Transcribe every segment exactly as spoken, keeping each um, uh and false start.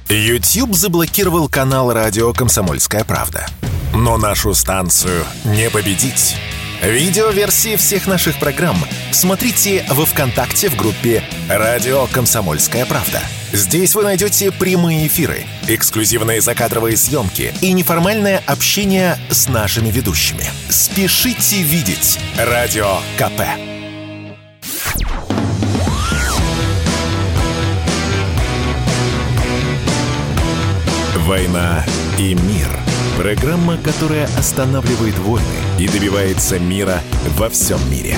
YouTube заблокировал канал «Радио Комсомольская правда». Но нашу станцию не победить. Видеоверсии всех наших программ смотрите во ВКонтакте в группе «Радио Комсомольская правда». Здесь вы найдете прямые эфиры, эксклюзивные закадровые съемки и неформальное общение с нашими ведущими. Спешите видеть Радио КП. «Война и мир». Программа, которая останавливает войны и добивается мира во всем мире.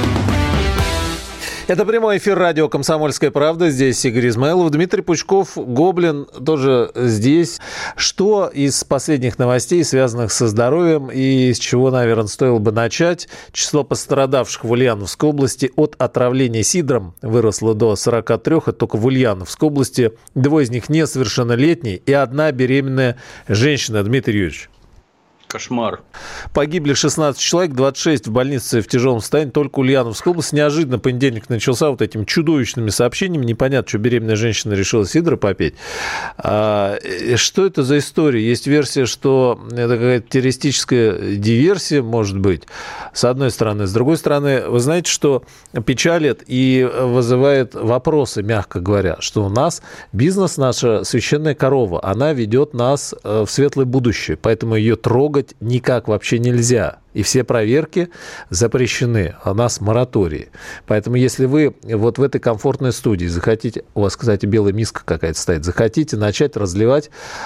Это прямой эфир радио «Комсомольская правда». Здесь Игорь Измайлов, Дмитрий Пучков, Гоблин тоже здесь. Что из последних новостей, связанных со здоровьем, и с чего, наверное, стоило бы начать? Число пострадавших в Ульяновской области от отравления сидром выросло до сорок три. Это только в Ульяновской области. Двое из них несовершеннолетние и одна беременная женщина. Дмитрий Юрьевич. Кошмар. Погибли шестнадцать человек, двадцать шесть в больнице в тяжелом состоянии. Только Ульяновская область. Неожиданно понедельник начался вот этими чудовищными сообщениями. Непонятно, что беременная женщина решила сидра попить. А, что это за история? Есть версия, что это какая-то террористическая диверсия, может быть, с одной стороны. С другой стороны, вы знаете, что печалит и вызывает вопросы, мягко говоря, что у нас бизнес, наша священная корова, она ведет нас в светлое будущее, поэтому ее трогать никак вообще нельзя. И все проверки запрещены. У нас мораторий. Поэтому если вы вот в этой комфортной студии захотите... У вас, кстати, белая миска какая-то стоит. Захотите начать разливать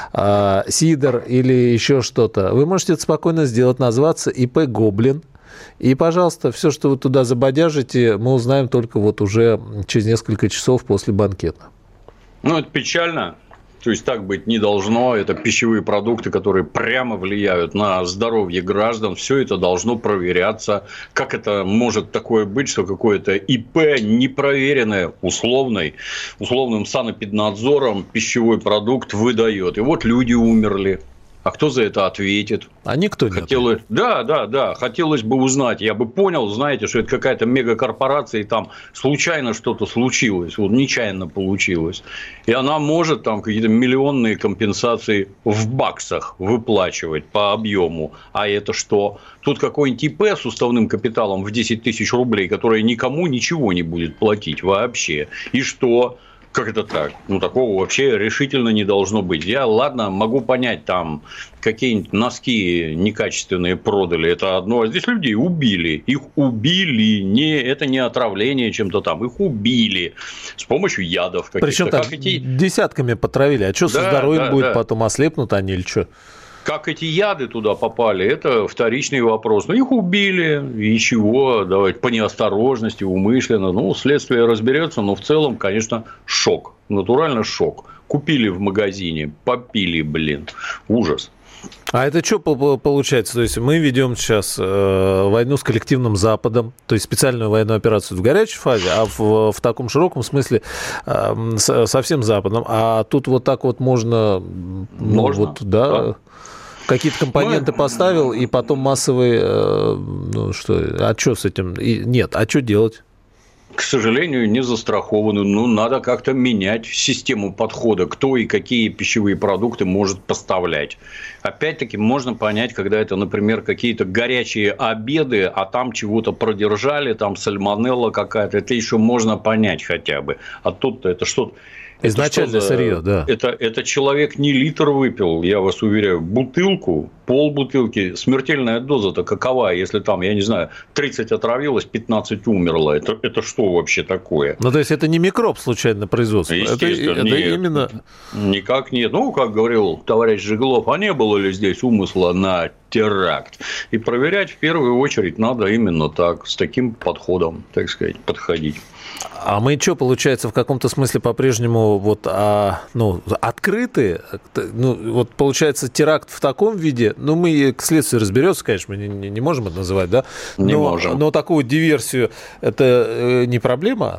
э, сидр или еще что-то, вы можете это спокойно сделать. Назваться ИП «Гоблин». И, пожалуйста, все, что вы туда забодяжите, мы узнаем только вот уже через несколько часов после банкета. Ну, это печально. То есть так быть не должно. Это пищевые продукты, которые прямо влияют на здоровье граждан. Все это должно проверяться. Как это может такое быть, что какое-то ИП непроверенное условной, условным санэпиднадзором пищевой продукт выдает. И вот люди умерли. А кто за это ответит? А никто не Хотелось... ответит. Да, да, да. Хотелось бы узнать. Я бы понял, знаете, что это какая-то мегакорпорация, и там случайно что-то случилось. Вот нечаянно получилось. И она может там какие-то миллионные компенсации в баксах выплачивать по объему. А это что? Тут какой-нибудь ИП с уставным капиталом в десять тысяч рублей, который никому ничего не будет платить вообще. И что? Как это так? Ну, такого вообще решительно не должно быть. Я, ладно, могу понять, там, какие-нибудь носки некачественные продали, это одно. А здесь людей убили. Их убили. Не, это не отравление чем-то там. Их убили. С помощью ядов каких-то. Причем так, как эти... десятками потравили. А что да, со здоровьем да, будет? Да. Потом ослепнут они или что? Как эти яды туда попали, это вторичный вопрос. Но их убили, и чего, давайте, по неосторожности, умышленно. Ну, следствие разберется, но в целом, конечно, шок. Натурально шок. Купили в магазине, попили, блин. Ужас. А это что получается? То есть мы ведем сейчас э, войну с коллективным Западом, то есть специальную военную операцию в горячей фазе, а в, в таком широком смысле э, с, со всем Западом. А тут вот так вот можно, ну, можно, вот, да, да. Какие-то компоненты ну, поставил, и потом массовые, э, ну что, а что с этим? И, нет, а что делать? К сожалению, не застрахованы. Ну, надо как-то менять систему подхода, кто и какие пищевые продукты может поставлять. Опять-таки, можно понять, когда это, например, какие-то горячие обеды, а там чего-то продержали, там сальмонелла какая-то, это еще можно понять хотя бы. А тут-то это что-то... Изначальное это сырье, да. Это, это человек не литр выпил, я вас уверяю, бутылку, полбутылки. Смертельная доза-то какова, если там, я не знаю, тридцать отравилось, пятнадцать умерло. Это, это что вообще такое? Ну, то есть, это не микроб случайно производства? Естественно, это, нет, это именно... Никак нет. Ну, как говорил товарищ Жиглов, а не было ли здесь умысла на теракт? И проверять в первую очередь надо именно так, с таким подходом, так сказать, подходить. А мы что, получается, в каком-то смысле по-прежнему вот, а, ну, открыты? Ну, вот получается, теракт в таком виде, ну, мы к следствию разберется, конечно, мы не, не можем это называть, да? Но, не можем. Но такую диверсию – это не проблема?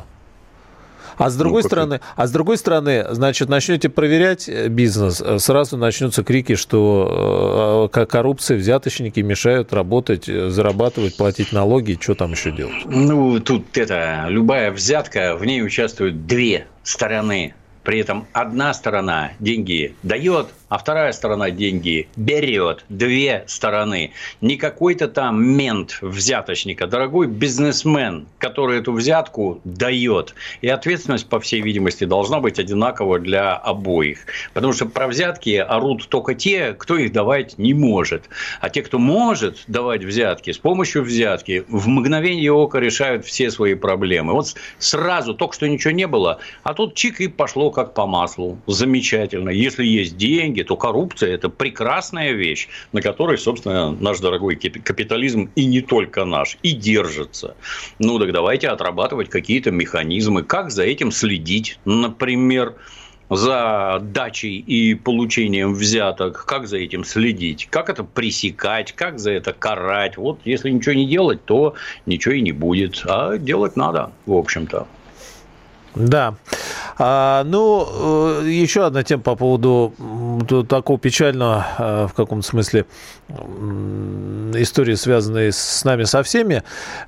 А с другой ну, стороны, а с другой стороны, значит, начнете проверять бизнес, сразу начнутся крики, что коррупция, взяточники мешают работать, зарабатывать, платить налоги, что там еще делать? Ну, тут это, любая взятка, в ней участвуют две стороны. При этом одна сторона деньги дает, а вторая сторона деньги берет. Две стороны. Не какой-то там мент взяточника, а дорогой бизнесмен, который эту взятку дает. И ответственность, по всей видимости, должна быть одинакова для обоих. Потому что про взятки орут только те, кто их давать не может. А те, кто может давать взятки, с помощью взятки в мгновение ока решают все свои проблемы. Вот сразу, только что ничего не было, а тут чик и пошло как по маслу. Замечательно. Если есть деньги, то коррупция – это прекрасная вещь, на которой, собственно, наш дорогой капитализм и не только наш, и держится. Ну, так давайте отрабатывать какие-то механизмы. Как за этим следить, например, за дачей и получением взяток, как за этим следить, как это пресекать, как за это карать. Вот если ничего не делать, то ничего и не будет. А делать надо, в общем-то. Да. А, ну, еще одна тема по поводу такого печального, в каком-то смысле, истории, связанной с нами со всеми.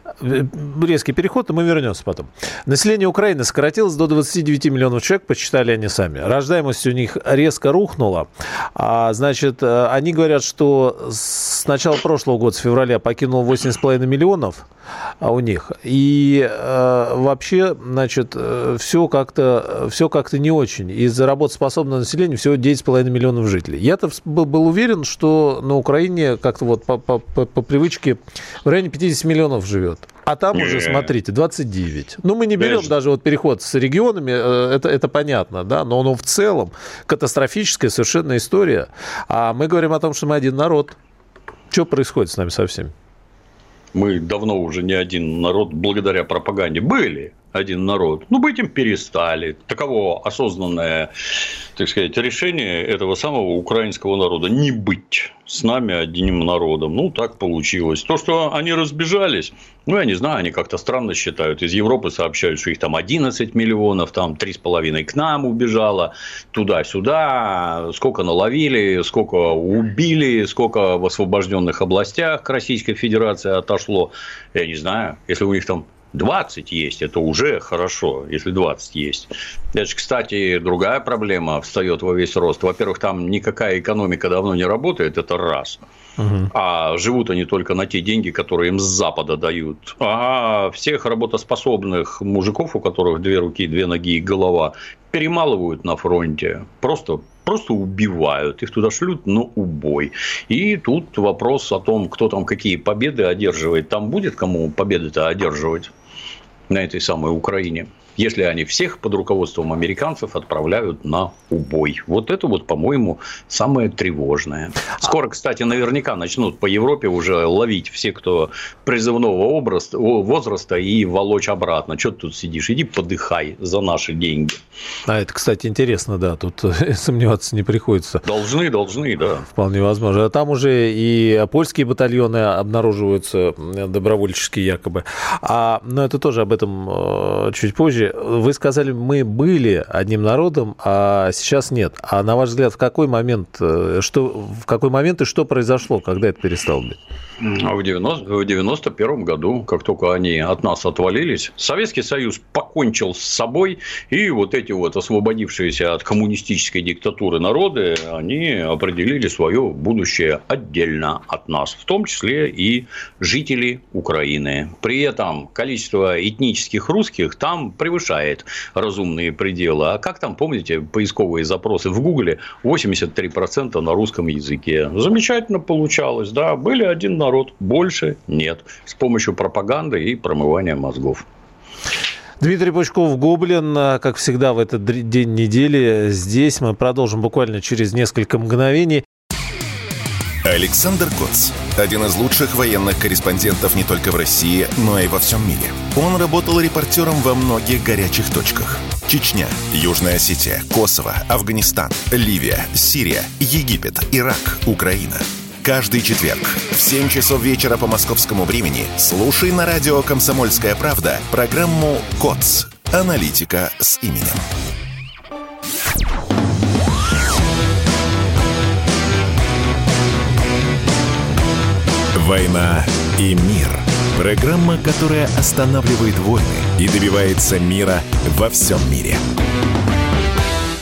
Резкий переход, и мы вернемся потом. Население Украины сократилось до двадцати девяти миллионов человек, посчитали они сами. Рождаемость у них резко рухнула. А, значит, они говорят, что с начала прошлого года, с февраля, покинуло восемь с половиной миллионов у них. И э, вообще, значит, все как-то, все как-то не очень. Из работоспособного населения всего девять с половиной миллионов жителей. Я-то был, был уверен, что на Украине как-то вот по, по, по, по привычке в районе пятьдесят миллионов живет. А там не. Уже, смотрите, двадцать девять. Ну, мы не берем Конечно. Даже вот переход с регионами, это, это понятно, да, но оно в целом катастрофическая совершенно история. А мы говорим о том, что мы один народ. Что происходит с нами со всеми? Мы давно уже не один народ, благодаря пропаганде были один народ. Ну, быть им перестали. Таково осознанное, так сказать, решение этого самого украинского народа. Не быть с нами одним народом. Ну, так получилось. То, что они разбежались, ну, я не знаю, они как-то странно считают. Из Европы сообщают, что их там одиннадцать миллионов, там три с половиной к нам убежало, туда-сюда. Сколько наловили, сколько убили, сколько в освобожденных областях к Российской Федерации отошло. Я не знаю, если у них там двадцать есть, это уже хорошо, если двадцать есть. Это же, кстати, другая проблема встает во весь рост. Во-первых, там никакая экономика давно не работает, это раз. Угу. А живут они только на те деньги, которые им с Запада дают. А всех работоспособных мужиков, у которых две руки, две ноги и голова, перемалывают на фронте. Просто Просто убивают, их туда шлют на убой. И тут вопрос о том, кто там какие победы одерживает. Там будет кому победы-то одерживать на этой самой Украине, если они всех под руководством американцев отправляют на убой. Вот это вот, по-моему, самое тревожное. Скоро, кстати, наверняка начнут по Европе уже ловить все, кто призывного возраста, и волочь обратно. Что ты тут сидишь? Иди подыхай за наши деньги. А это, кстати, интересно, да. Тут сомневаться не приходится. Должны, должны, да. Вполне возможно. А там уже и польские батальоны обнаруживаются, добровольческие якобы. А, но это тоже об этом чуть позже. Вы сказали, мы были одним народом, а сейчас нет. А на ваш взгляд, в какой момент, что, в какой момент и что произошло, когда это перестало быть? В девяносто первом году, как только они от нас отвалились, Советский Союз покончил с собой, и вот эти вот освободившиеся от коммунистической диктатуры народы, они определили свое будущее отдельно от нас, в том числе и жители Украины. При этом количество этнических русских там превышает разумные пределы. А как там, помните, поисковые запросы в Гугле? восемьдесят три процента на русском языке. Замечательно получалось, да, были один народ. Народ, больше нет. С помощью пропаганды и промывания мозгов. Дмитрий Пучков, Гоблин, как всегда в этот день недели. Здесь мы продолжим буквально через несколько мгновений. Александр Коц. Один из лучших военных корреспондентов не только в России, но и во всем мире. Он работал репортером во многих горячих точках. Чечня, Южная Осетия, Косово, Афганистан, Ливия, Сирия, Египет, Ирак, Украина. Каждый четверг в семь часов вечера по московскому времени слушай на радио «Комсомольская правда» программу «КОЦ. Аналитика с именем». «Война и мир». Программа, которая останавливает войны и добивается мира во всем мире.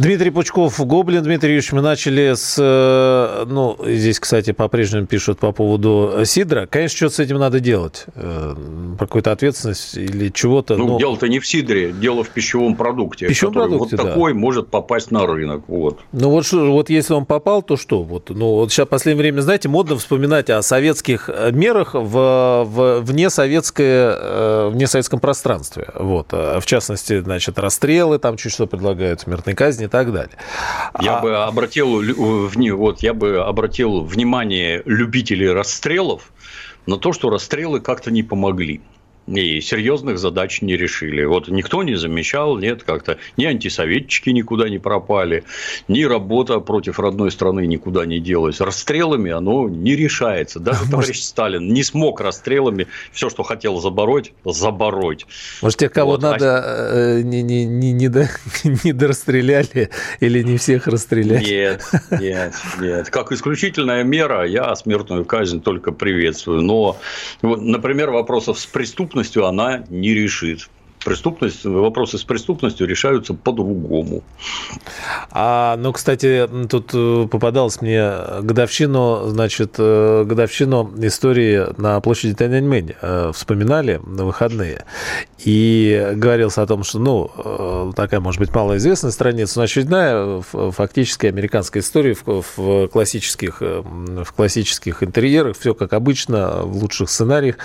Дмитрий Пучков, Гоблин. Дмитрий Юрьевич, мы начали с... Ну, здесь, кстати, по-прежнему пишут по поводу сидра. Конечно, что-то с этим надо делать. Про какую-то ответственность или чего-то. Ну, но... дело-то не в сидре, дело в пищевом продукте. Пищевом который продукте, вот да. такой может попасть на рынок. Вот. Ну, вот, что, вот если он попал, то что? Вот, ну, вот сейчас в последнее время, знаете, модно вспоминать о советских мерах в, в вне, советское, вне советском пространстве. Вот. В частности, значит, расстрелы, там чуть что предлагают, смертные казни и так далее. Я а... бы обратил, вот, я бы обратил внимание любителей расстрелов на то, что расстрелы как-то не помогли. И серьезных задач не решили. Вот никто не замечал, нет, как-то ни антисоветчики никуда не пропали, ни работа против родной страны никуда не делась. Расстрелами оно не решается. Даже Может... товарищ Сталин не смог расстрелами все, что хотел забороть, забороть. Может, тех, кого вот. надо, а... не, не, не, не, до... не дорасстреляли или не всех расстреляли? Нет, нет, нет. Как исключительная мера я смертную казнь только приветствую. Но, например, вопросов с преступностью она не решит. Преступность, вопросы с преступностью решаются по-другому. А, ну, кстати, тут попадалась мне годовщину, значит, годовщину истории на площади Тяньаньмэнь вспоминали на выходные. И говорилось о том, что, ну, такая, может быть, малоизвестная страница, но очередная фактически американская история в, в, классических, в классических интерьерах, все как обычно, в лучших сценариях.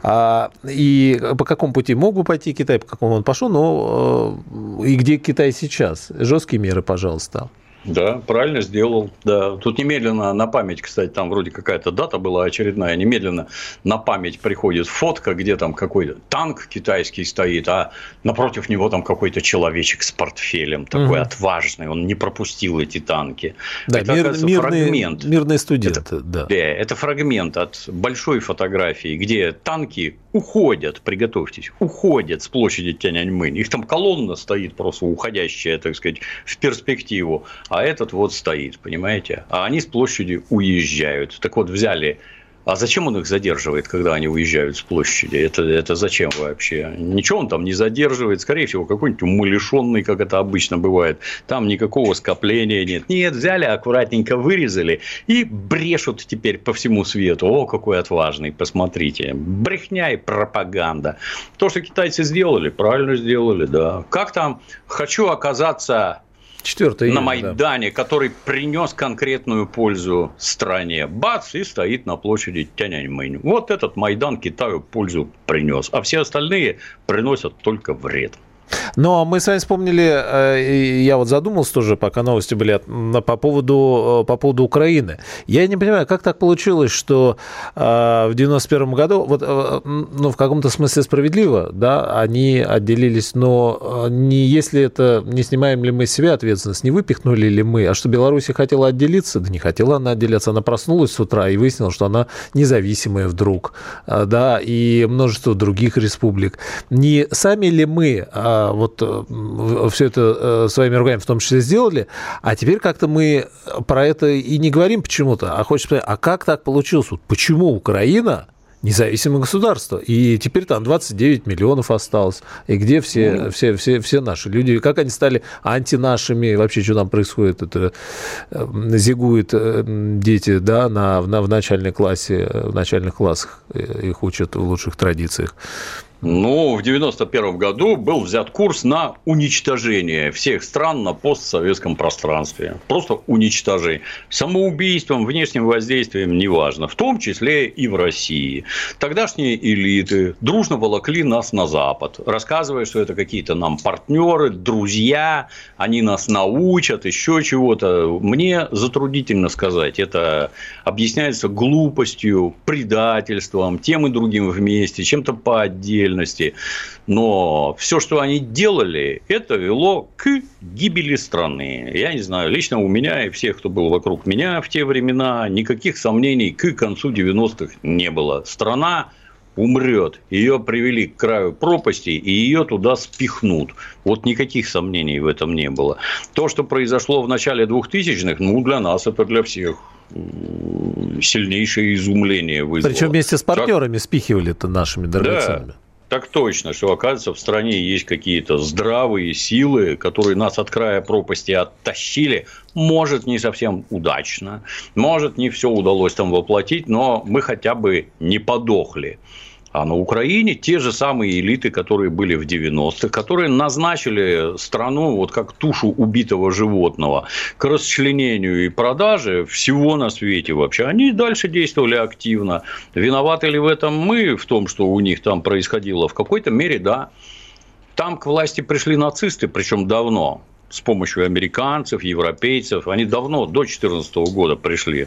А, и по какому пути мог бы пойти Китай, по какому он пошел, но и где Китай сейчас? Жесткие меры, пожалуйста. Да, правильно сделал. Да. Тут немедленно на память, кстати, там вроде какая-то дата была очередная, немедленно на память приходит фотка, где там какой-то танк китайский стоит, а напротив него там какой-то человечек с портфелем, такой угу. отважный, он не пропустил эти танки. Да, это, мир, мирные, фрагмент. Мирные студенты. Это, да. Да, это фрагмент от большой фотографии, где танки уходят, приготовьтесь, уходят с площади Тяньаньмэнь. Их там колонна стоит просто уходящая, так сказать, в перспективу. А этот вот стоит, понимаете? А они с площади уезжают. Так вот, взяли... А зачем он их задерживает, когда они уезжают с площади? Это, это зачем вообще? Ничего он там не задерживает. Скорее всего, какой-нибудь умалишенный, как это обычно бывает. Там никакого скопления нет. Нет, взяли, аккуратненько вырезали и брешут теперь по всему свету. О, какой отважный, посмотрите. Брехня и пропаганда. То, что китайцы сделали, правильно сделали, да. Как там? Хочу оказаться... четвёртого на Майдане, да. который принес конкретную пользу стране. Бац, и стоит на площади Тяньаньмэнь. Вот этот Майдан Китаю пользу принес, а все остальные приносят только вред. Но мы с вами вспомнили, я вот задумался тоже, пока новости были, по поводу, по поводу Украины. Я не понимаю, как так получилось, что в девяносто первом году, вот, ну, в каком-то смысле справедливо, да, они отделились, но не если это, не снимаем ли мы с себя ответственность, не выпихнули ли мы, а что Беларусь хотела отделиться, да не хотела она отделяться, она проснулась с утра и выяснила, что она независимая вдруг, да, и множество других республик. Не сами ли мы вот все это своими руками в том числе сделали, а теперь как-то мы про это и не говорим почему-то, а хочется понять, а как так получилось? Вот почему Украина независимое государство, и теперь там двадцать девять миллионов осталось, и где все, mm. все, все, все наши люди, как они стали антинашими, вообще что там происходит, это зигуют дети, да, на, на, в начальной классе, в начальных классах их учат в лучших традициях. Ну, в девяносто первом году был взят курс на уничтожение всех стран на постсоветском пространстве. Просто уничтожение. Самоубийством, внешним воздействием, неважно. В том числе и в России. Тогдашние элиты дружно волокли нас на Запад, рассказывая, что это какие-то нам партнеры, друзья, они нас научат, еще чего-то. Мне затруднительно сказать. Это объясняется глупостью, предательством, тем и другим вместе, чем-то по отдельности. Но все, что они делали, это вело к гибели страны. Я не знаю, лично у меня и всех, кто был вокруг меня в те времена, никаких сомнений к концу девяностых не было. Страна умрет, ее привели к краю пропасти, и ее туда спихнут. Вот никаких сомнений в этом не было. То, что произошло в начале двухтысячных, ну, для нас это для всех сильнейшее изумление вызвало. Причем вместе с партнерами как... спихивали-то нашими драгоценными. Да. Так точно, что, оказывается, в стране есть какие-то здравые силы, которые нас от края пропасти оттащили. Может, не совсем удачно, может, не все удалось там воплотить, но мы хотя бы не подохли. А на Украине те же самые элиты, которые были в девяностых, которые назначили страну вот как тушу убитого животного к расчленению и продаже всего на свете вообще. Они дальше действовали активно. Виноваты ли в этом мы, в том, что у них там происходило? В какой-то мере, да. Там к власти пришли нацисты, причем давно. С помощью американцев, европейцев. Они давно, до две тысячи четырнадцатого года пришли.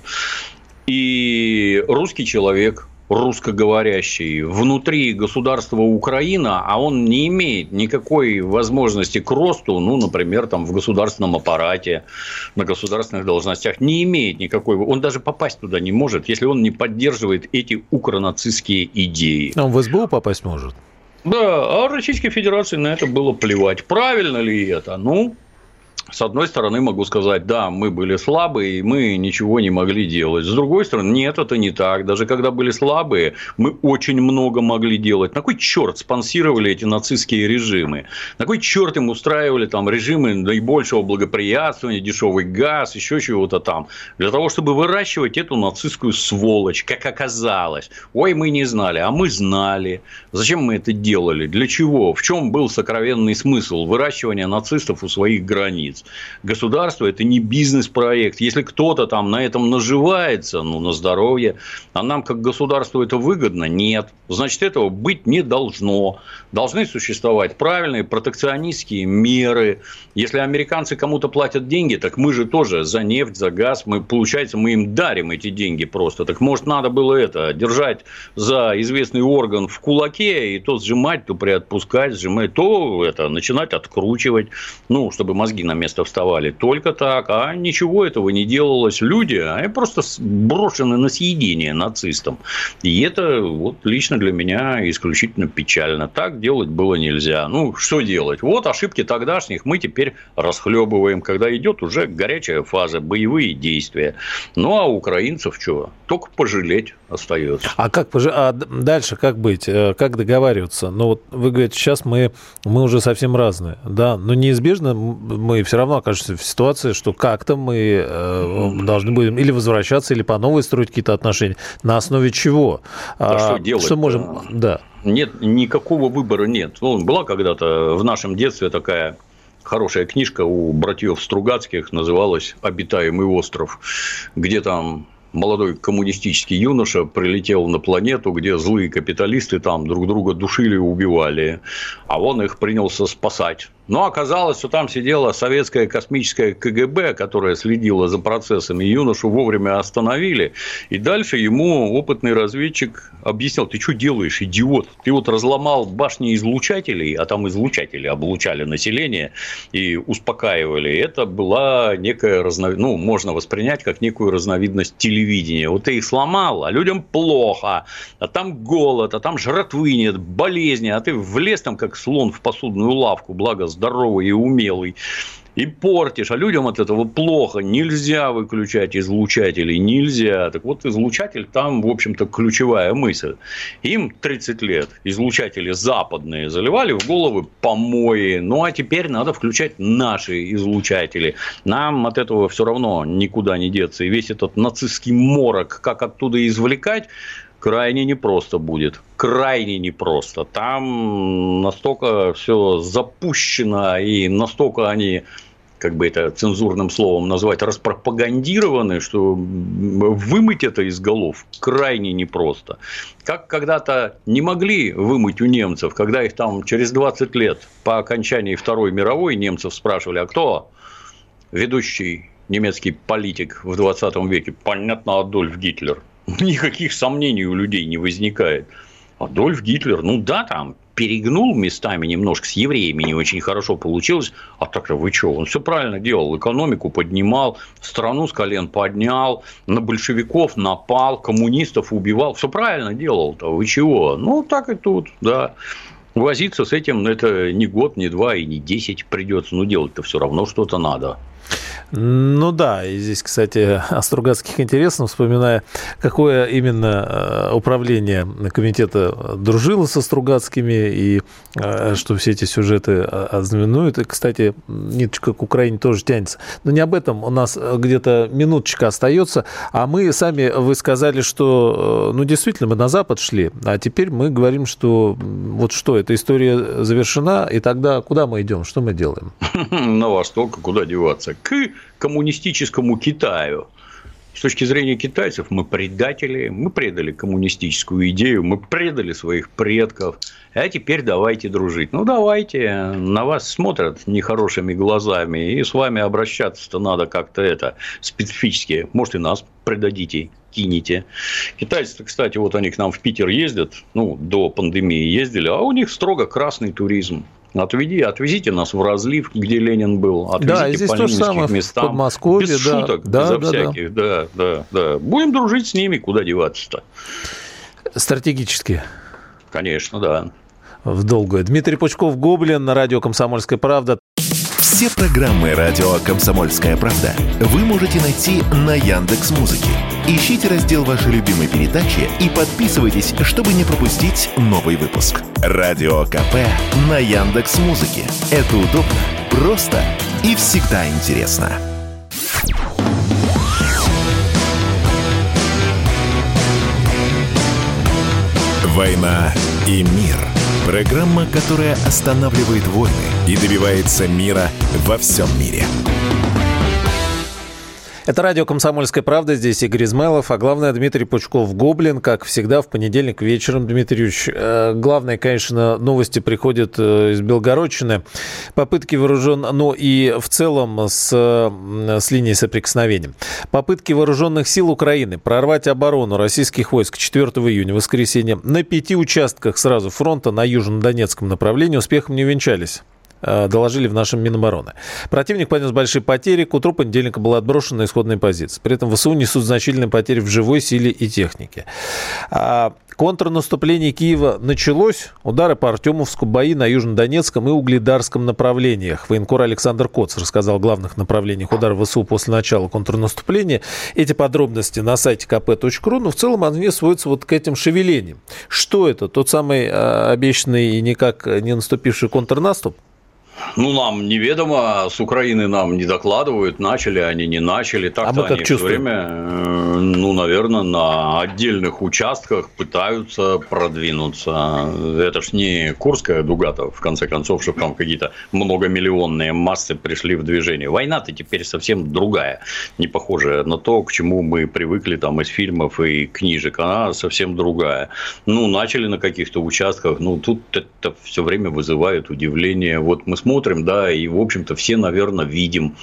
И русский человек, русскоговорящий, внутри государства Украина, а он не имеет никакой возможности к росту, ну, например, там, в государственном аппарате, на государственных должностях, не имеет никакой... Он даже попасть туда не может, если он не поддерживает эти укронацистские идеи. Он в эс бэ у попасть может? Да, а Российской Федерации на это было плевать. Правильно ли это? Ну... С одной стороны, могу сказать, да, мы были слабые, и мы ничего не могли делать. С другой стороны, нет, это не так. Даже когда были слабые, мы очень много могли делать. На кой черт спонсировали эти нацистские режимы? На кой черт им устраивали там режимы наибольшего благоприятствования, дешевый газ, еще чего-то там? Для того, чтобы выращивать эту нацистскую сволочь, как оказалось. Ой, мы не знали, а мы знали. Зачем мы это делали? Для чего? В чем был сокровенный смысл выращивания нацистов у своих границ? Государство – это не бизнес-проект. Если кто-то там на этом наживается, ну, на здоровье, а нам как государству это выгодно? Нет. Значит, этого быть не должно. Должны существовать правильные протекционистские меры. Если американцы кому-то платят деньги, так мы же тоже за нефть, за газ. Мы, получается, мы им дарим эти деньги просто. Так, может, надо было это держать за известный орган в кулаке и то сжимать, то приотпускать, сжимать, то это начинать откручивать, ну, чтобы мозги на место вставали. Только так, а ничего этого не делалось. Люди, они просто брошены на съедение нацистам. И это вот лично для меня исключительно печально. Так делать было нельзя. Ну, что делать? Вот ошибки тогдашних мы теперь расхлебываем, когда идет уже горячая фаза, боевые действия. Ну, а украинцев что? Только пожалеть остается. А как пож... а дальше как быть? Как договариваться? Ну, вот вы говорите, сейчас мы, мы уже совсем разные. Да, но неизбежно мы все равно окажемся в ситуации, что как-то мы э, должны будем или возвращаться, или по новой строить какие-то отношения. На основе чего? Да, а, что делать? Что можем... Да. Нет, никакого выбора нет. Ну, была когда-то в нашем детстве такая хорошая книжка у братьев Стругацких, называлась «Обитаемый остров», где там молодой коммунистический юноша прилетел на планету, где злые капиталисты там друг друга душили и убивали, а он их принялся спасать. Но оказалось, что там сидела советская космическая ка гэ бэ, которая следила за процессами, юношу вовремя остановили, и дальше ему опытный разведчик объяснял: ты что делаешь, идиот? Ты вот разломал башни излучателей, а там излучатели облучали население и успокаивали. Это была некая разновидность, ну, можно воспринять как некую разновидность телевидения. Вот ты их сломал, а людям плохо, а там голод, а там жратвы нет, болезни, а ты влез там как слон в посудную лавку, благо здоровый и умелый, и портишь, а людям от этого плохо. Нельзя выключать излучатели, нельзя. Так вот, излучатель там, в общем-то, ключевая мысль. Им тридцать лет излучатели западные заливали в головы помои. Ну, а теперь надо включать наши излучатели. Нам от этого все равно никуда не деться. И весь этот нацистский морок, как оттуда извлекать, крайне непросто будет. Крайне непросто. Там настолько все запущено, и настолько они, как бы это цензурным словом назвать, распропагандированы, что вымыть это из голов крайне непросто. Как когда-то не могли вымыть у немцев, когда их там через двадцать лет по окончании Второй мировой немцев спрашивали: а кто ведущий немецкий политик в двадцатом веке? Понятно, Адольф Гитлер. Никаких сомнений у людей не возникает. Адольф Гитлер, ну да, там перегнул местами немножко, с евреями не очень хорошо получилось. А так-то вы что? Он все правильно делал. Экономику поднимал, страну с колен поднял, на большевиков напал, коммунистов убивал. Все правильно делал-то. Вы чего? Ну, так и тут, да. Возиться с этим это не год, не два и не десять придется. Но делать-то все равно что-то надо. Ну да, и здесь, кстати, о Стругацких интересно, вспоминая, какое именно управление комитета дружило со Стругацкими, и что все эти сюжеты ознаменуют. И, кстати, ниточка к Украине тоже тянется. Но не об этом, у нас где-то минуточка остается, а мы сами, вы сказали, что, ну, действительно, мы на Запад шли, а теперь мы говорим, что вот что, эта история завершена, и тогда куда мы идем, что мы делаем? На восток, куда деваться? К коммунистическому Китаю. С точки зрения китайцев мы предатели, мы предали коммунистическую идею, мы предали своих предков, а теперь давайте дружить. Ну, давайте, на вас смотрят нехорошими глазами, и с вами обращаться-то надо как-то это специфически. Может, и нас предадите, кинете. Китайцы, кстати, вот они к нам в Питер ездят, ну, до пандемии ездили, а у них строго красный туризм. Отведи, отвезите нас в Разлив, где Ленин был, отвезите да, здесь по ленинским местам, в Подмосковье, без да, шуток, да, безо да, всяких, да. Да, да, да. Будем дружить с ними, куда деваться-то? Стратегически. Конечно, да. В долгую. Дмитрий Пучков, Гоблин, на радио «Комсомольская правда». Все программы радио «Комсомольская правда» вы можете найти на Яндекс.Музыке. Ищите раздел вашей любимой передачи и подписывайтесь, чтобы не пропустить новый выпуск. Радио КП на Яндекс.Музыке. Это удобно, просто и всегда интересно. «Война и мир». Программа, которая останавливает войны и добивается мира во всем мире. Это радио «Комсомольская правда». Здесь Игорь Измайлов, а главное, Дмитрий Пучков, Гоблин. Как всегда, в понедельник вечером, Дмитрий Юрьевич. Главное, конечно, новости приходят из Белгородчины. Попытки вооружен... Ну и в целом с, с линией соприкосновения. Попытки вооруженных сил Украины прорвать оборону российских войск четвёртого июня, воскресенье, на пяти участках сразу фронта на южнодонецком направлении успехом не увенчались. Доложили в нашем Минобороны. Противник понес большие потери. К утру понедельника была отброшена на исходные позиции. При этом ВСУ несут значительные потери в живой силе и технике. А контрнаступление Киева началось. Удары по Артемовску, бои на Южнодонецком и Угледарском направлениях. Военкор Александр Коц рассказал о главных направлениях удара ВСУ после начала контрнаступления. Эти подробности на сайте ка пэ точка ру. Но в целом они сводятся вот к этим шевелениям. Что это? Тот самый обещанный и никак не наступивший контрнаступ? Ну, нам неведомо, с Украины нам не докладывают, начали они, не начали. Так-то а мы как они чувствуем? все время, ну, наверное, на отдельных участках пытаются продвинуться. Это ж не Курская дуга-то, в конце концов, чтобы там какие-то многомиллионные массы пришли в движение. Война-то теперь совсем другая, не похожая на то, к чему мы привыкли там из фильмов и книжек. Она совсем другая. Ну, начали на каких-то участках, ну, тут это все время вызывает удивление. Вот мы смотрим, да, и, в общем-то, все, наверное, видим,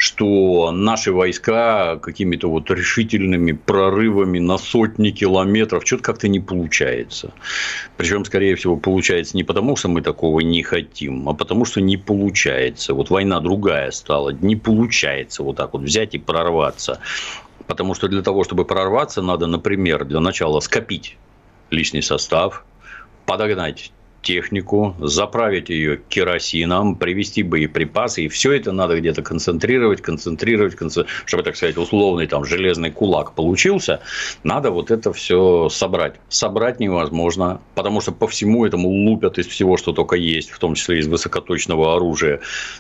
что наши войска какими-то вот решительными прорывами на сотни километров что-то как-то не получается. Причем, скорее всего, получается не потому, что мы такого не хотим, а потому, что не получается. Вот война другая стала, не получается вот так вот взять и прорваться. Потому что для того, чтобы прорваться, надо, например, для начала скопить личный состав, подогнать технику, заправить ее керосином, привезти боеприпасы, и все это надо где-то концентрировать, концентрировать, концентрировать, чтобы, так сказать, условный там железный кулак получился, надо вот это все собрать. Собрать невозможно, потому что по всему этому лупят из всего, что только есть, в том числе из высокоточного оружия.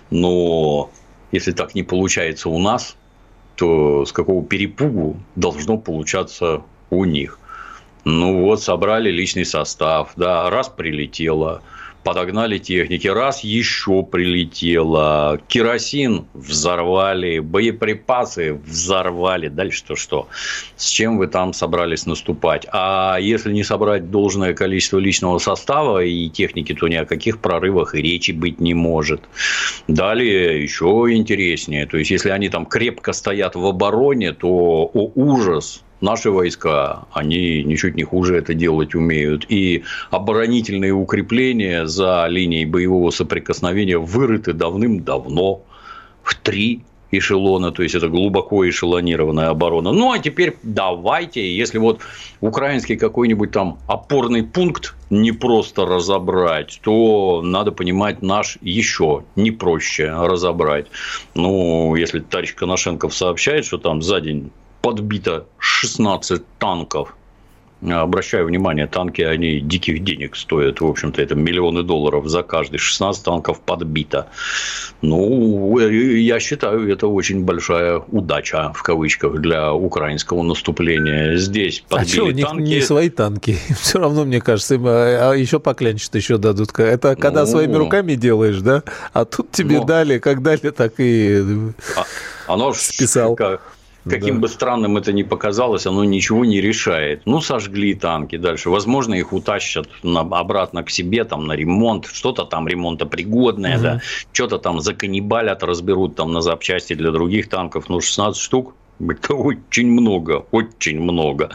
Но если так не получается у нас, то с какого перепугу должно получаться у них? Ну вот, собрали личный состав, да, раз прилетело, подогнали техники, раз еще прилетело, керосин взорвали, боеприпасы взорвали, дальше-то что? С чем вы там собрались наступать? А если не собрать должное количество личного состава и техники, то ни о каких прорывах и речи быть не может. Далее еще интереснее, то есть, если они там крепко стоят в обороне, то, о ужас! Наши войска, они ничуть не хуже это делать умеют. И оборонительные укрепления за линией боевого соприкосновения вырыты давным-давно в три эшелона, то есть это глубоко эшелонированная оборона. Ну, а теперь давайте, если вот украинский какой-нибудь там опорный пункт не просто разобрать, то надо понимать, наш еще не проще разобрать. Ну, если товарищ Коношенков сообщает, что там за день подбито шестнадцать танков. Обращаю внимание, танки, они диких денег стоят. В общем-то, это миллионы долларов за каждый. шестнадцать танков подбито. Ну, я считаю, это очень большая удача, в кавычках, для украинского наступления. Здесь подбили а что, у них танки. Не свои танки. Все равно, мне кажется, им а еще поклянчат, еще дадут. Это когда ну, своими руками делаешь, да? А тут тебе но... дали, как дали, так и а, оно списал. Как... Каким да. бы странным это ни показалось, оно ничего не решает. Ну, сожгли танки дальше. Возможно, их утащат на, обратно к себе, там, на ремонт. Что-то там ремонтопригодное, угу. да. Что-то там заканнибалят, разберут там на запчасти для других танков. Ну, шестнадцать штук – это очень много, очень много.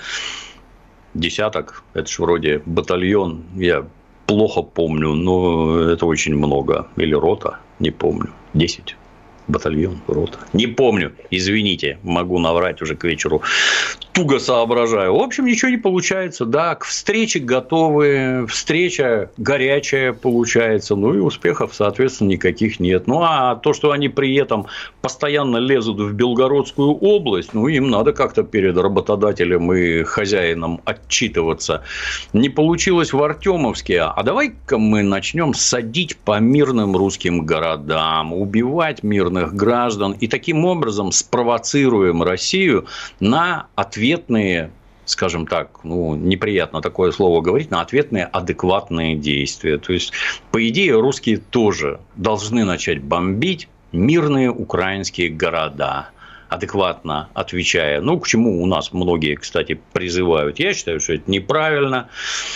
Десяток – это ж вроде батальон. Я плохо помню, но это очень много. Или рота, не помню. Десять. Батальон, рота. Не помню, извините, могу наврать уже к вечеру. Туго соображаю. В общем, ничего не получается. Да, к встрече готовы, встреча горячая получается, ну и успехов, соответственно, никаких нет. Ну, а то, что они при этом постоянно лезут в Белгородскую область, ну, им надо как-то перед работодателем и хозяином отчитываться. Не получилось в Артемовске, а давай-ка мы начнем садить по мирным русским городам, убивать мирных граждан и таким образом спровоцируем Россию на ответные, скажем так, ну, неприятно такое слово говорить, на ответные адекватные действия. То есть, по идее, русские тоже должны начать бомбить мирные украинские города, адекватно отвечая. Ну, к чему у нас многие, кстати, призывают. Я считаю, что это неправильно.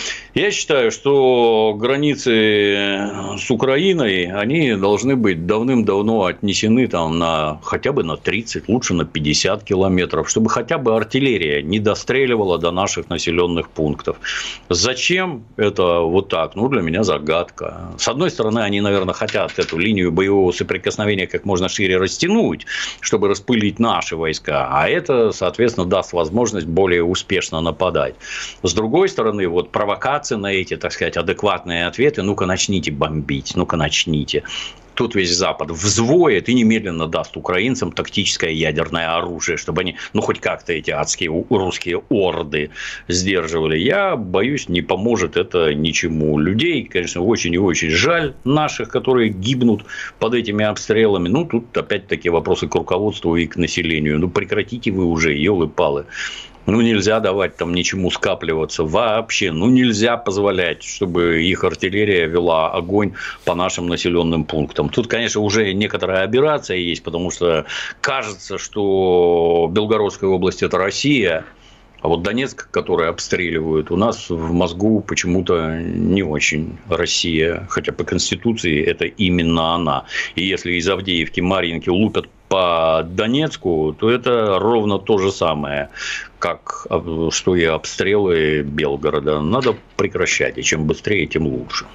Я считаю, что границы с Украиной, они должны быть давным-давно отнесены там на хотя бы на тридцать, лучше на пятьдесят километров, чтобы хотя бы артиллерия не достреливала до наших населенных пунктов. Зачем это вот так? Ну, для меня загадка. С одной стороны, они, наверное, хотят эту линию боевого соприкосновения как можно шире растянуть, чтобы распылить наши войска, а это, соответственно, даст возможность более успешно нападать. С другой стороны, вот провокация на эти, так сказать, адекватные ответы, ну-ка начните бомбить, ну-ка начните. Тут весь Запад взвоет и немедленно даст украинцам тактическое ядерное оружие, чтобы они, ну, хоть как-то эти адские русские орды сдерживали. Я боюсь, не поможет это ничему. Людей, конечно, очень и очень жаль наших, которые гибнут под этими обстрелами. Ну, тут опять-таки вопросы к руководству и к населению. Ну, прекратите вы уже, елы-палы. Ну, нельзя давать там ничему скапливаться вообще. Ну, нельзя позволять, чтобы их артиллерия вела огонь по нашим населенным пунктам. Тут, конечно, уже некоторая аберрация есть, потому что кажется, что Белгородская область – это Россия, а вот Донецк, который обстреливают, у нас в мозгу почему-то не очень Россия. Хотя по Конституции это именно она. И если из Авдеевки, Марьинки лупят по Донецку, то это ровно то же самое, как что и обстрелы Белгорода. Надо прекращать, и чем быстрее, тем лучше.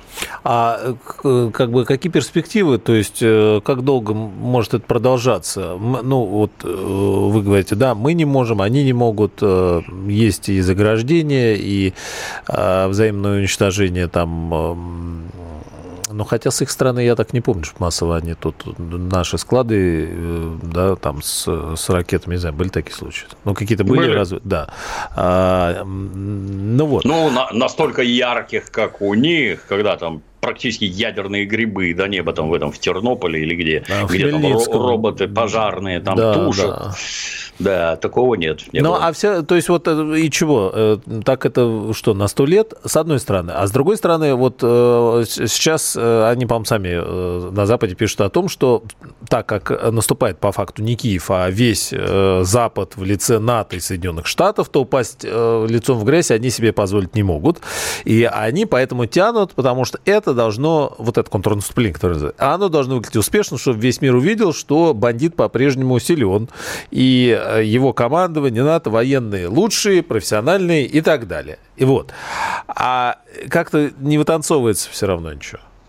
А как бы какие перспективы, то есть как долго может это продолжаться? Ну, вот вы говорите, да, мы не можем, они не могут, есть и заграждения, и взаимное уничтожение там. Ну, хотя с их стороны, я так не помню, что массово они тут, наши склады, да, там с, с ракетами, не знаю, были такие случаи? Ну, какие-то были, были. разве? Да. А, ну, вот. Ну, на, настолько ярких, как у них, когда там практически ядерные грибы до неба там в этом, в Тернополе или где, а, где там роботы пожарные там да, тушат. Да. Да, такого нет. Не ну, было. а все, то есть, вот и чего? Так это что, на сто лет, с одной стороны. А с другой стороны, вот сейчас они, по-моему, сами на Западе пишут о том, что так как наступает по факту не Киев, а весь Запад в лице НАТО и Соединенных Штатов, то упасть лицом в грязь они себе позволить не могут. И они поэтому тянут, потому что это должно, вот это контрнаступление, которое оно должно выглядеть успешно, чтобы весь мир увидел, что бандит по-прежнему силен. И его командование, НАТО, военные лучшие, профессиональные и так далее. И вот. А как-то не вытанцовывается все равно ничего.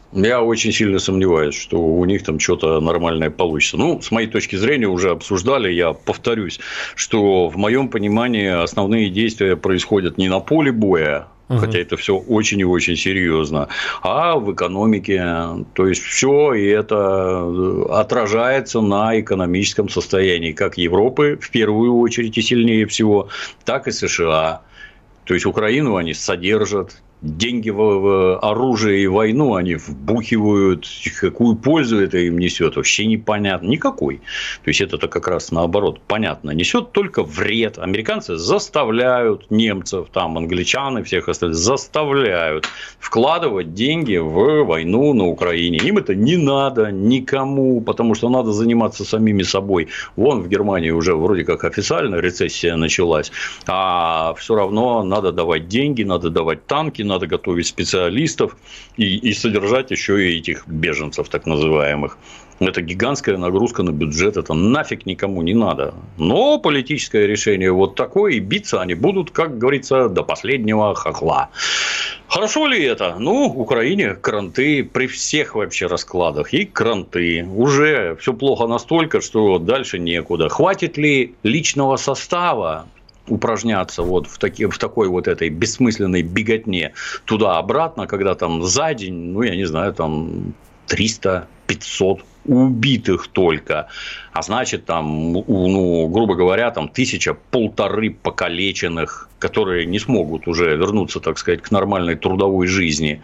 Я очень сильно сомневаюсь, что у них там что-то нормальное получится. Ну, с моей точки зрения, уже обсуждали, я повторюсь, что в моем понимании основные действия происходят не на поле боя, угу. хотя это все очень и очень серьезно, а в экономике. То есть все и это отражается на экономическом состоянии как Европы в первую очередь и сильнее всего, так и США. То есть Украину они содержат. Деньги в оружие и войну они вбухивают. Какую пользу это им несет, вообще непонятно. Никакой. То есть, это-то как раз наоборот понятно. Несет только вред. Американцы заставляют немцев, там, англичан и всех остальных, заставляют вкладывать деньги в войну на Украине. Им это не надо никому, потому что надо заниматься самими собой. Вон в Германии уже вроде как официально рецессия началась, а все равно надо давать деньги, надо давать танки, надо готовить специалистов и, и содержать еще и этих беженцев, так называемых. Это гигантская нагрузка на бюджет, это нафиг никому не надо. Но политическое решение вот такое, и биться они будут, как говорится, до последнего хохла. Хорошо ли это? Ну, Украине кранты при всех вообще раскладах. И кранты. Уже все плохо настолько, что дальше некуда. Хватит ли личного состава упражняться вот в, таки, в такой вот этой бессмысленной беготне туда-обратно, когда там за день, ну, я не знаю, там триста-пятьсот убитых только, а значит, там, ну, грубо говоря, там тысяча-полторы покалеченных, которые не смогут уже вернуться, так сказать, к нормальной трудовой жизни.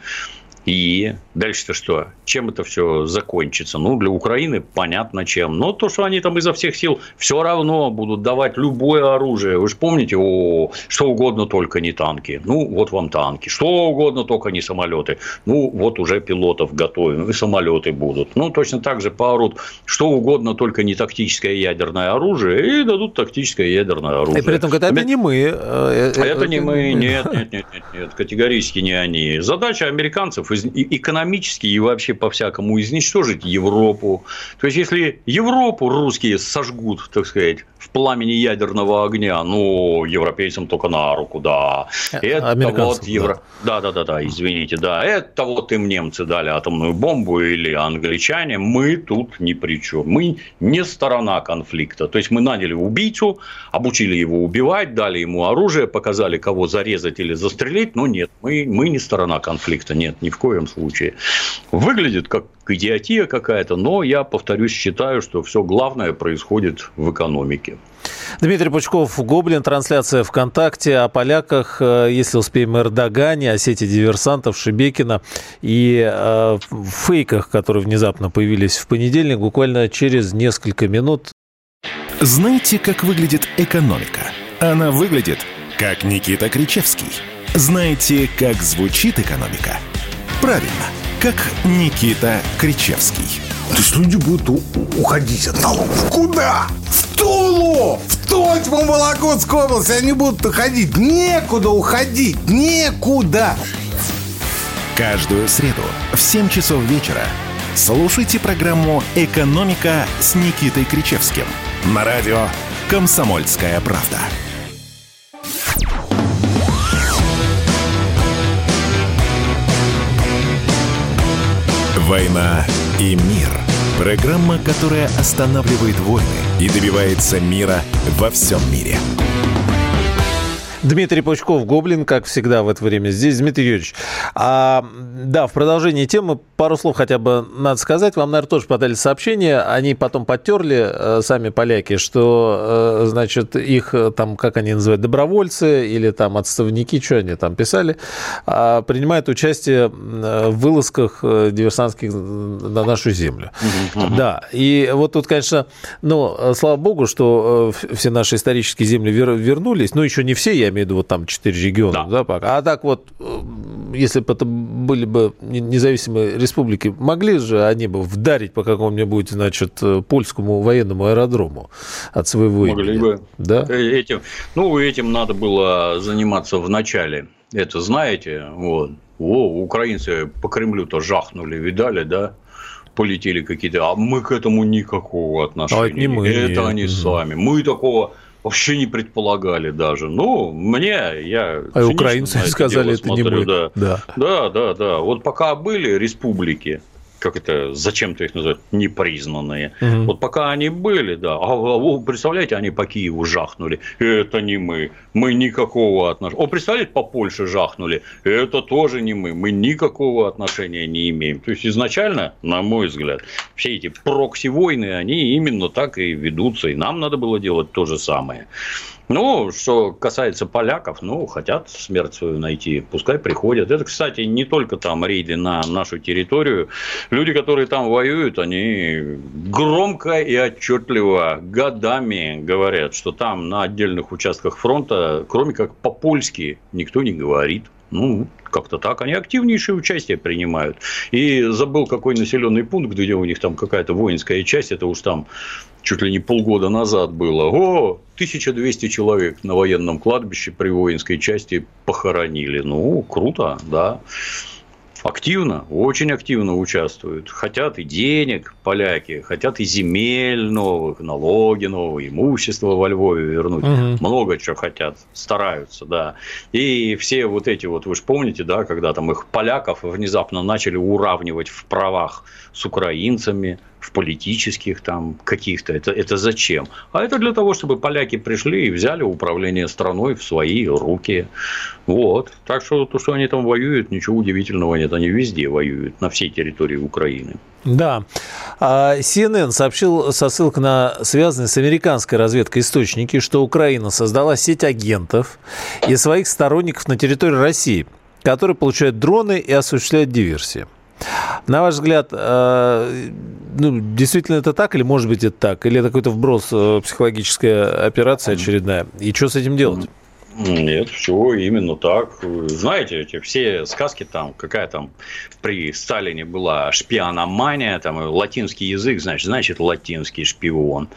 И дальше-то что? Чем это все закончится? Ну, для Украины понятно чем. Но то, что они там изо всех сил все равно будут давать любое оружие. Вы же помните, о, что угодно, только не танки. Ну, вот вам танки. Что угодно, только не самолеты. Ну, вот уже пилотов готовим. И самолеты будут. Ну, точно так же поорут. Что угодно, только не тактическое ядерное оружие. И дадут тактическое ядерное оружие. И при этом, это не мы. Это не мы. Нет, нет, нет, нет, нет. Категорически не они. Задача американцев экономически и вообще по-всякому изничтожить Европу. То есть, если Европу русские сожгут, так сказать, в пламени ядерного огня, ну, европейцам только на руку, да. Это вот Евро... да. да, да, да, извините, да. Это вот им немцы дали атомную бомбу или англичане. Мы тут ни при чем. Мы не сторона конфликта. То есть, мы наняли убийцу, обучили его убивать, дали ему оружие, показали, кого зарезать или застрелить. Но нет, мы, мы не сторона конфликта. Нет, ни в коем В коем случае. Выглядит как идиотия какая-то, но я, повторюсь, считаю, что все главное происходит в экономике. Дмитрий Пучков, Гоблин, трансляция ВКонтакте о поляках, если успеем, Эрдогане, о сети диверсантов Шебекина и э, фейках, которые внезапно появились в понедельник, буквально через несколько минут. Знаете, как выглядит экономика? Она выглядит, как Никита Кричевский. Знаете, как звучит экономика? Правильно, как Никита Кричевский. То есть люди будут у- уходить от налогов. Куда? В Тулу! В Тотьму, Вологодскую область они будут уходить. Некуда уходить, некуда. Каждую среду в семь часов вечера слушайте программу «Экономика» с Никитой Кричевским на радио «Комсомольская правда». «Война и мир». Программа, которая останавливает войны и добивается мира во всем мире. Дмитрий Пучков, Гоблин, как всегда в это время здесь. Дмитрий Юрьевич, а, да, в продолжении темы пару слов хотя бы надо сказать. Вам, наверное, тоже подали сообщение. Они потом подтерли, э, сами поляки, что, э, значит, их там, как они называют, добровольцы или там отставники, что они там писали, э, принимают участие в вылазках диверсантских на нашу землю. Uh-huh. Да, и вот тут, конечно, ну, слава богу, что все наши исторические земли вер- вернулись. Ну, еще не все, я имею в виду, вот там четыре региона, да. Да, пока. А так вот, если бы это были бы независимые республики, могли же они бы вдарить по какому-нибудь, значит, польскому военному аэродрому от своего могли имени? Бы. Да? Этим, ну, этим надо было заниматься в начале. Это знаете, вот. О, украинцы по Кремлю-то жахнули, видали, да? Полетели какие-то, а мы к этому никакого отношения. А это не мы. Это они угу. сами. Мы такого Вообще не предполагали даже. Ну, мне, я... А украинцы это сказали, это смотрю, не мы. Да. Да. да, да, да. Вот пока были республики, как это, зачем-то их называют, непризнанные. Угу. Вот пока они были, да. А вы представляете, они по Киеву жахнули. Это не мы. Мы никакого отношения. О, представляете, по Польше жахнули. Это тоже не мы. Мы никакого отношения не имеем. То есть, изначально, на мой взгляд, все эти прокси-войны, они именно так и ведутся. И нам надо было делать то же самое. Ну, что касается поляков, ну, хотят смерть свою найти, пускай приходят. Это, кстати, не только там рейды на нашу территорию. Люди, которые там воюют, они громко и отчетливо годами говорят, что там на отдельных участках фронта, кроме как по-польски, никто не говорит. Ну, как-то так. Они активнейшее участие принимают. И забыл, какой населенный пункт, где у них там какая-то воинская часть, это уж там чуть ли не полгода назад было. О, тысяча двести человек на военном кладбище при воинской части похоронили. Ну, круто, да. Активно, очень активно участвуют. Хотят и денег поляки, хотят и земель новых, налоги новые, имущество во Львове вернуть. Угу. Много чего хотят, стараются, да. И все вот эти вот, вы же помните, да, когда там их поляков внезапно начали уравнивать в правах с украинцами, в политических там каких-то. Это, это зачем? А это для того, чтобы поляки пришли и взяли управление страной в свои руки. Вот. Так что то, что они там воюют, ничего удивительного нет. Они везде воюют, на всей территории Украины. Да. си эн эн сообщил со ссылкой на связанные с американской разведкой источники, что Украина создала сеть агентов и своих сторонников на территории России, которые получают дроны и осуществляют диверсии. На ваш взгляд, ну, действительно это так, или может быть это так? Или это какой-то вброс, психологическая операция очередная? И что с этим делать? Нет, все именно так. Знаете, эти все сказки там, какая там при Сталине была шпиономания, там латинский язык, значит, значит латинский шпион.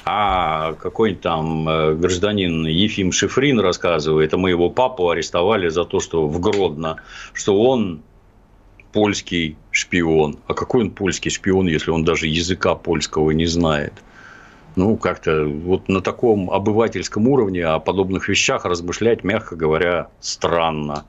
А какой-нибудь там гражданин Ефим Шифрин рассказывает, а мы его папу арестовали за то, что в Гродно, что он польский шпион. А какой он польский шпион, если он даже языка польского не знает? Ну, как-то вот на таком обывательском уровне о подобных вещах размышлять, мягко говоря, странно.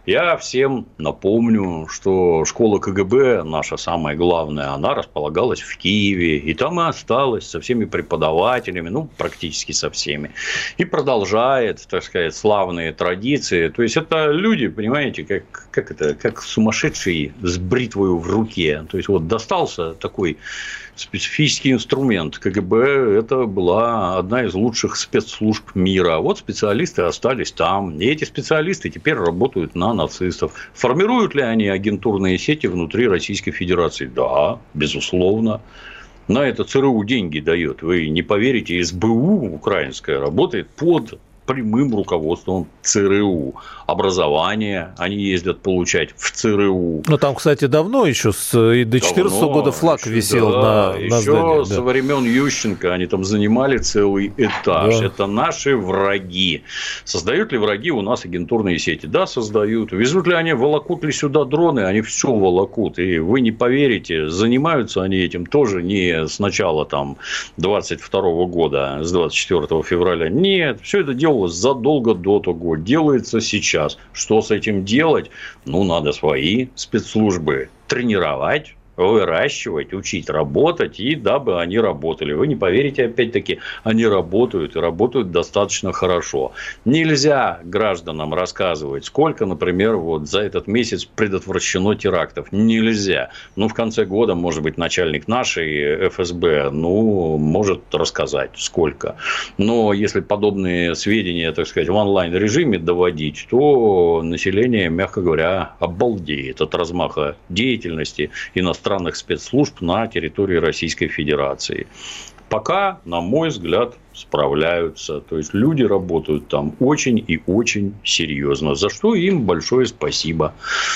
Я всем напомню, что школа ка гэ бэ, наша самая главная, она располагалась в Киеве. И там и осталась со всеми преподавателями, ну, практически со всеми. И продолжает, так сказать, славные традиции. То есть, это люди, понимаете, как, как это, как сумасшедшие с бритвой в руке. То есть, вот достался такой специфический инструмент. ка гэ бэ – это была одна из лучших спецслужб мира. Вот специалисты остались там. И эти специалисты теперь работают на нацистов. Формируют ли они агентурные сети внутри Российской Федерации? Да, безусловно. На это цэ эр у деньги дает. Вы не поверите, эс бэ у украинская работает под прямым руководством цэ эр у. Образование они ездят получать в цэ эр у. Ну, там, кстати, давно еще, с, и до четырнадцатого года флаг еще, висел да, на, на еще здании. Со да. времен Ющенко они там занимали целый этаж. Да. Это наши враги. Создают ли враги у нас агентурные сети? Да, создают. Везут ли они, волокут ли сюда дроны? Они все волокут. И вы не поверите, занимаются они этим тоже не с начала там двадцать второго года, с двадцать четвёртого февраля. Нет, все это делалось задолго до того. Делается сейчас. Что с этим делать? Ну, надо свои спецслужбы тренировать, выращивать, учить работать, и дабы они работали. Вы не поверите, опять-таки, они работают, и работают достаточно хорошо. Нельзя гражданам рассказывать, сколько, например, вот за этот месяц предотвращено терактов. Нельзя. Ну, в конце года, может быть, начальник нашей эф эс бэ, ну, может рассказать, сколько. Но если подобные сведения, так сказать, в онлайн-режиме доводить, то население, мягко говоря, обалдеет от размаха деятельности иностранных иностранных спецслужб на территории Российской Федерации. Пока, на мой взгляд, справляются. То есть, люди работают там очень и очень серьезно. За что им большое спасибо.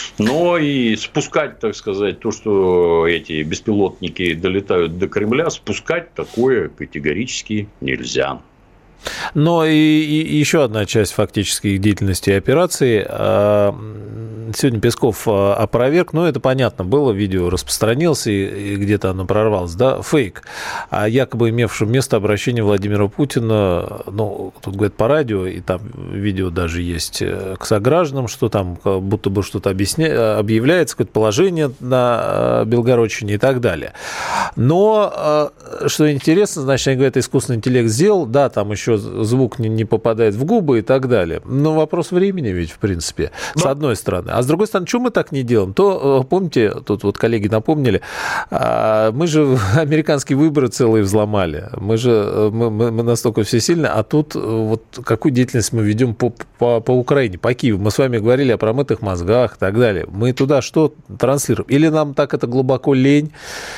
Но и спускать, так сказать, то, что эти беспилотники долетают до Кремля, спускать такое категорически нельзя. Но и, и еще одна часть фактически их деятельности и операции. сегодня Песков опроверг, но это понятно было, видео распространилось, и, и где-то оно прорвалось, да, фейк, о якобы имевшем место обращение Владимира Путина, ну, тут говорят по радио, и там видео даже есть к согражданам, что там будто бы что-то объясня... объявляется, какое-то положение на Белгородчине и так далее. Но, что интересно, значит, они говорят, искусственный интеллект сделал, да, там еще звук не, не попадает в губы и так далее. Но вопрос времени ведь, в принципе, да. С одной стороны. А с другой стороны, что мы так не делаем? То, помните, тут вот коллеги напомнили, мы же американские выборы целые взломали. Мы же мы, мы настолько все сильны, а тут вот какую деятельность мы ведем по, по, по Украине, по Киеву. Мы с вами говорили о промытых мозгах и так далее. Мы туда что транслируем? Или нам так это глубоко лень,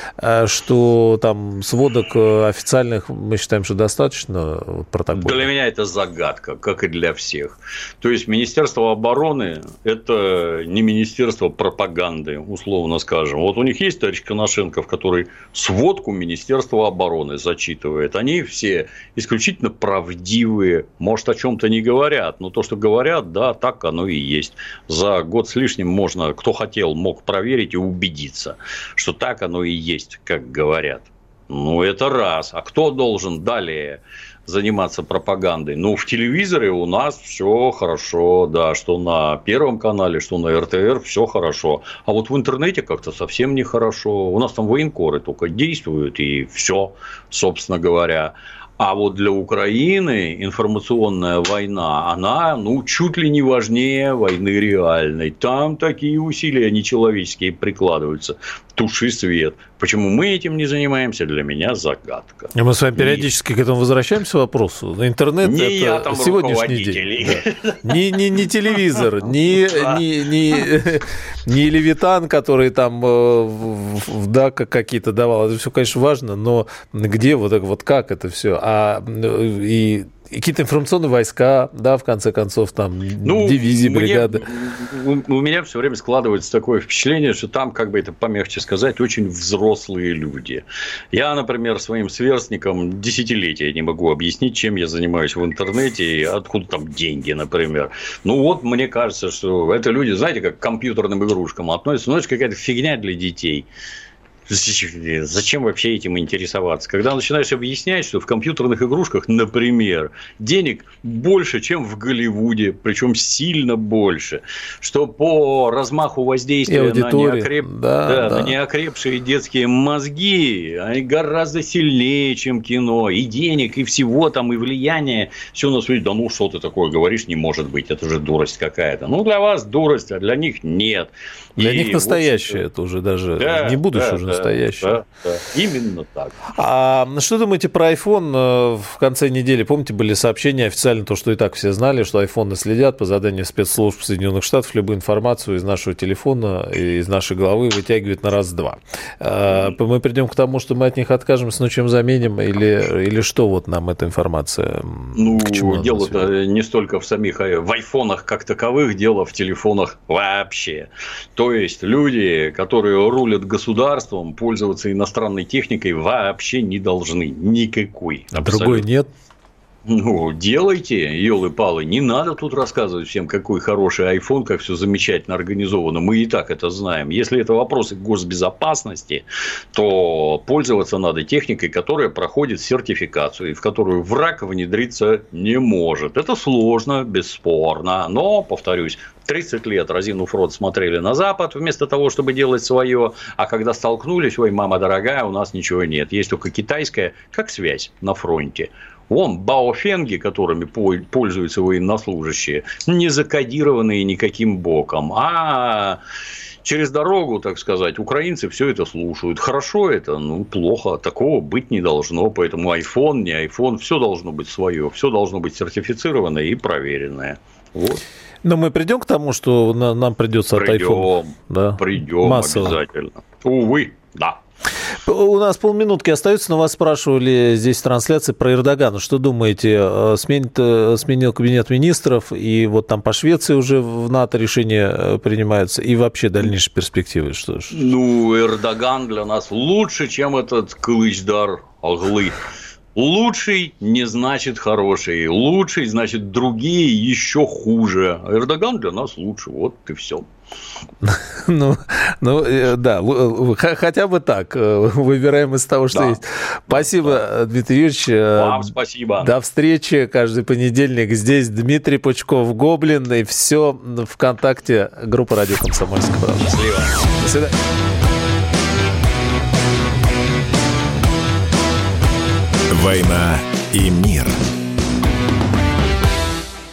что там сводок официальных мы считаем, что достаточно протокола? Для меня это загадка, как и для всех. То есть Министерство обороны – это не Министерство пропаганды, условно скажем. Вот у них есть товарищ Коношенков, который сводку Министерства обороны зачитывает. Они все исключительно правдивые, может, о чем-то не говорят, но то, что говорят, да, так оно и есть. За год с лишним можно, кто хотел, мог проверить и убедиться, что так оно и есть, как говорят. Ну, это раз. А кто должен далее заниматься пропагандой? Ну, в телевизоре у нас все хорошо, да, что на Первом канале, что на эр тэ эр, все хорошо. А вот в интернете как-то совсем нехорошо. У нас там военкоры только действуют, и все, собственно говоря. А вот для Украины информационная война, она, ну, чуть ли не важнее войны реальной. Там такие усилия нечеловеческие прикладываются. Туши свет. Почему мы этим не занимаемся, для меня загадка. И мы с вами периодически и... к этому возвращаемся к вопросу. Интернет не это я там сегодняшний день. Да. Не, не, не телевизор, не, не, не, не Левитан, который там да, какие-то давал. Это все, конечно, важно, но где вот, вот как это все? А и какие-то информационные войска, да, в конце концов, там, ну, дивизии, бригады. Мне, у, у меня все время складывается такое впечатление, что там, как бы это помягче сказать, очень взрослые люди. Я, например, своим сверстникам десятилетия не могу объяснить, чем я занимаюсь в интернете и откуда там деньги, например. Ну, вот мне кажется, что это люди, знаете, как к компьютерным игрушкам относятся, ну, это какая-то фигня для детей. Зачем вообще этим интересоваться? Когда начинаешь объяснять, что в компьютерных игрушках, например, денег больше, чем в Голливуде, причем сильно больше, что по размаху воздействия на, неокреп... да, да, да. на неокрепшие детские мозги они гораздо сильнее, чем кино, и денег, и всего там, и влияния, все на свете. Да ну, что ты такое говоришь, не может быть, это же дурость какая-то. Ну, для вас дурость, а для них нет. Для и них настоящее, вот... это уже даже да, не будущее, да, уже да, настоящее. Да, да. Именно так. А что думаете про iPhone? В конце недели, помните, были сообщения официально, то, что и так все знали, что айфоны следят по заданию спецслужб Соединенных Штатов, любую информацию из нашего телефона, из нашей головы вытягивают на раз-два. Mm-hmm. Мы придем к тому, что мы от них откажемся, но чем заменим, или, или что вот нам эта информация? Ну, дело-то не столько в самих, в айфонах как таковых, дело в телефонах вообще. То есть люди, которые рулят государством, пользоваться иностранной техникой вообще не должны. Никакой. А другой нет? Ну, делайте, елы-палы. Не надо тут рассказывать всем, какой хороший iPhone, как все замечательно организовано. Мы и так это знаем. Если это вопросы госбезопасности, то пользоваться надо техникой, которая проходит сертификацию, и в которую враг внедриться не может. Это сложно, бесспорно. Но, повторюсь, тридцать лет, разинув рот, смотрели на Запад, вместо того, чтобы делать свое. А когда столкнулись, ой, мама дорогая, у нас ничего нет. Есть только китайская, как связь на фронте. Вон баофенги, которыми пользуются военнослужащие, не закодированные никаким боком, а через дорогу, так сказать, украинцы все это слушают. Хорошо это, ну, плохо, такого быть не должно, поэтому iPhone, не iPhone, все должно быть свое, все должно быть сертифицированное и проверенное. Вот. Но мы придем к тому, что нам придется от iPhone. Да? Придем массово. Обязательно. Увы, да. У нас полминутки остается, но вас спрашивали здесь в трансляции про Эрдогана. Что думаете, сменит, сменил кабинет министров, и вот там по Швеции уже в НАТО решения принимаются, и вообще дальнейшие перспективы? Что ну, Эрдоган для нас лучше, чем этот Кылычдар Оглы. Лучший не значит хороший. Лучший значит другие еще хуже. Эрдоган для нас лучше. Вот и все. Ну, ну, да, хотя бы так. Выбираем из того, что да. есть. Спасибо, да. Дмитрий Юрьевич. Вам спасибо. До встречи каждый понедельник. Здесь Дмитрий Пучков, Гоблин. И все ВКонтакте. Группа «Радио Комсомольская правда». Счастливо. До свидания. «Война и мир».